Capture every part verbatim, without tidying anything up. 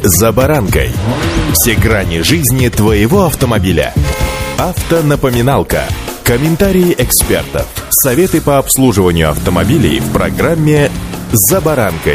«За баранкой». Все грани жизни твоего автомобиля. Автонапоминалка. Комментарии экспертов. Советы по обслуживанию автомобилей в программе «За баранкой».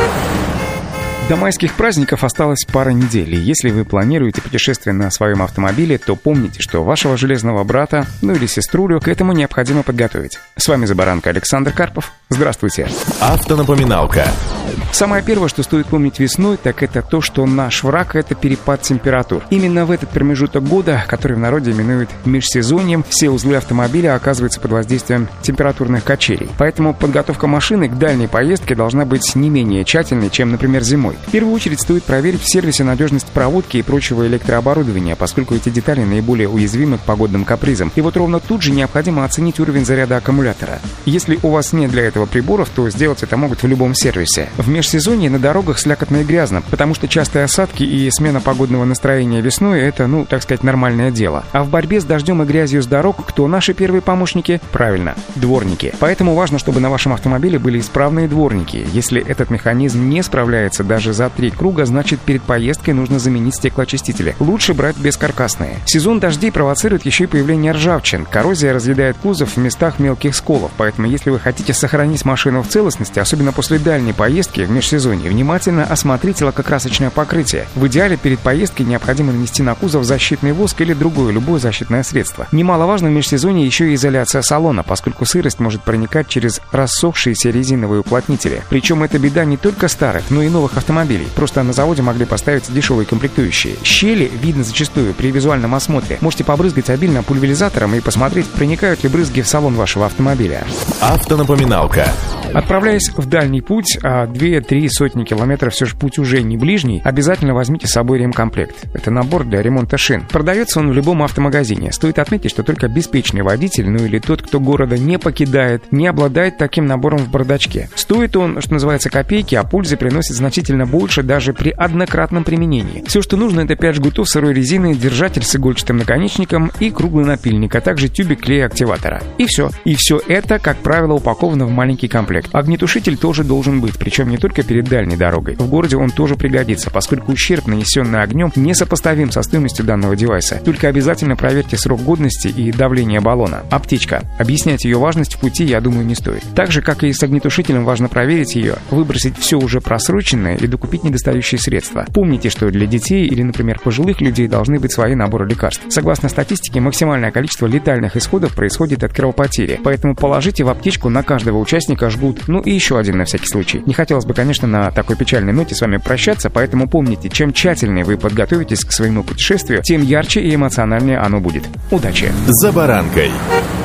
До майских праздников осталось пара недель, и если вы планируете путешествие на своем автомобиле, то помните, что вашего железного брата, ну или сеструлю, к этому необходимо подготовить. С вами «За баранкой» Александр Карпов. Здравствуйте. Автонапоминалка. Самое первое, что стоит помнить весной, так это то, что наш враг — это перепад температур. Именно в этот промежуток года, который в народе именуют межсезоньем, все узлы автомобиля оказываются под воздействием температурных качелей. Поэтому подготовка машины к дальней поездке должна быть не менее тщательной, чем, например, зимой. В первую очередь стоит проверить в сервисе надежность проводки и прочего электрооборудования, поскольку эти детали наиболее уязвимы к погодным капризам. И вот ровно тут же необходимо оценить уровень заряда аккумулятора. Если у вас нет для этого приборов, то сделать это могут в любом сервисе. В межсезонье на дорогах слякотно и грязно, потому что частые осадки и смена погодного настроения весной — это, ну, так сказать, нормальное дело. А в борьбе с дождем и грязью с дорог кто наши первые помощники? Правильно, дворники. Поэтому важно, чтобы на вашем автомобиле были исправные дворники. Если этот механизм не справляется даже за три круга, значит, перед поездкой нужно заменить стеклоочистители. Лучше брать бескаркасные. Сезон дождей провоцирует еще и появление ржавчин. Коррозия разъедает кузов в местах мелких сколов, поэтому если вы хотите сохранить машину в целостности, особенно после дальней поездки в межсезонье, внимательно осмотрите лакокрасочное покрытие. В идеале перед поездкой необходимо нанести на кузов защитный воск или другое любое защитное средство. Немаловажно в межсезонье еще и изоляция салона, поскольку сырость может проникать через рассохшиеся резиновые уплотнители. Причем это беда не только старых, но и новых автомобилей. Просто на заводе могли поставить дешевые комплектующие. Щели видно зачастую при визуальном осмотре. Можете побрызгать обильно пульверизатором и посмотреть, проникают ли брызги в салон вашего автомобиля. Автонапоминалка. Отправляясь в дальний путь, а две-три сотни километров все же путь уже не ближний, обязательно возьмите с собой ремкомплект. Это набор для ремонта шин. Продается он в любом автомагазине. Стоит отметить, что только обеспеченный водитель, ну или тот, кто города не покидает, не обладает таким набором в бардачке. Стоит он, что называется, копейки, а пользы приносит значительно больше даже при однократном применении. Все, что нужно, это пять жгутов сырой резины, держатель с игольчатым наконечником и круглый напильник, а также тюбик клея активатора. И все. И все это, как правило, упаковано в маленький комплект. Огнетушитель тоже должен быть, причем не только перед дальней дорогой. В городе он тоже пригодится, поскольку ущерб, нанесенный огнем, несопоставим со стоимостью данного девайса. Только обязательно проверьте срок годности и давление баллона. Аптечка. Объяснять ее важность в пути, я думаю, не стоит. Так же, как и с огнетушителем, важно проверить ее, выбросить все уже просроченное и докупить недостающие средства. Помните, что для детей или, например, пожилых людей должны быть свои наборы лекарств. Согласно статистике, максимальное количество летальных исходов происходит от кровопотери, поэтому положите в аптечку на каждого участника жгут, ну и еще один на всякий случай. Не хотелось бы, конечно, на такой печальной ноте с вами прощаться, поэтому помните, чем тщательнее вы подготовитесь к своему путешествию, тем ярче и эмоциональнее оно будет. Удачи! «За баранкой».